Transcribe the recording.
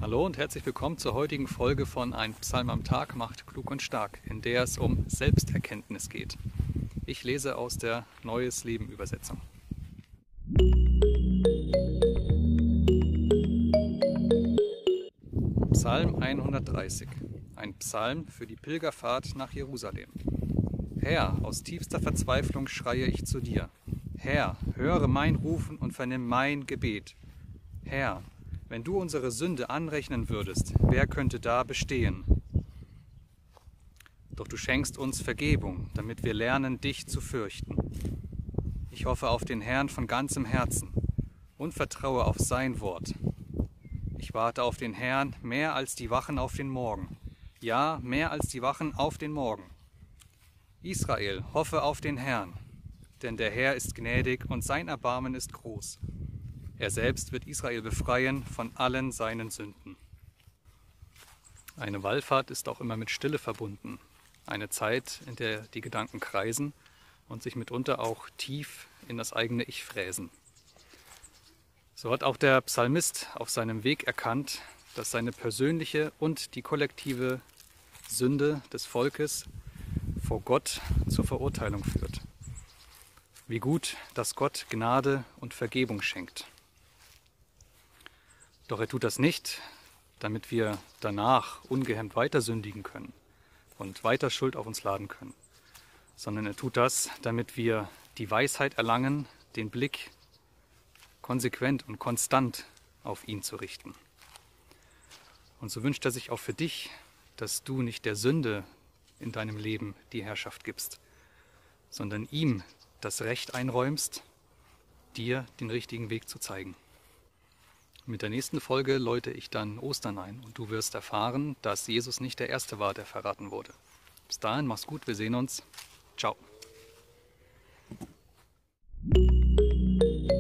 Hallo und herzlich willkommen zur heutigen Folge von Ein Psalm am Tag macht klug und stark, in der es um Selbsterkenntnis geht. Ich lese aus der Neues Leben Übersetzung. Psalm 130, ein Psalm für die Pilgerfahrt nach Jerusalem. Herr, aus tiefster Verzweiflung schreie ich zu dir. Herr, höre mein Rufen und vernimm mein Gebet. Herr, wenn du unsere Sünde anrechnen würdest, wer könnte da bestehen? Doch du schenkst uns Vergebung, damit wir lernen, dich zu fürchten. Ich hoffe auf den Herrn von ganzem Herzen und vertraue auf sein Wort. Ich warte auf den Herrn mehr als die Wachen auf den Morgen. Ja, mehr als die Wachen auf den Morgen. Israel, hoffe auf den Herrn, denn der Herr ist gnädig und sein Erbarmen ist groß. Er selbst wird Israel befreien von allen seinen Sünden. Eine Wallfahrt ist auch immer mit Stille verbunden. Eine Zeit, in der die Gedanken kreisen und sich mitunter auch tief in das eigene Ich fräsen. So hat auch der Psalmist auf seinem Weg erkannt, dass seine persönliche und die kollektive Sünde des Volkes vor Gott zur Verurteilung führt. Wie gut, dass Gott Gnade und Vergebung schenkt. Doch er tut das nicht, damit wir danach ungehemmt weiter sündigen können und weiter Schuld auf uns laden können, sondern er tut das, damit wir die Weisheit erlangen, den Blick konsequent und konstant auf ihn zu richten. Und so wünscht er sich auch für dich, dass du nicht der Sünde in deinem Leben die Herrschaft gibst, sondern ihm das Recht einräumst, dir den richtigen Weg zu zeigen. Mit der nächsten Folge läute ich dann Ostern ein und du wirst erfahren, dass Jesus nicht der Erste war, der verraten wurde. Bis dahin, mach's gut, wir sehen uns. Ciao.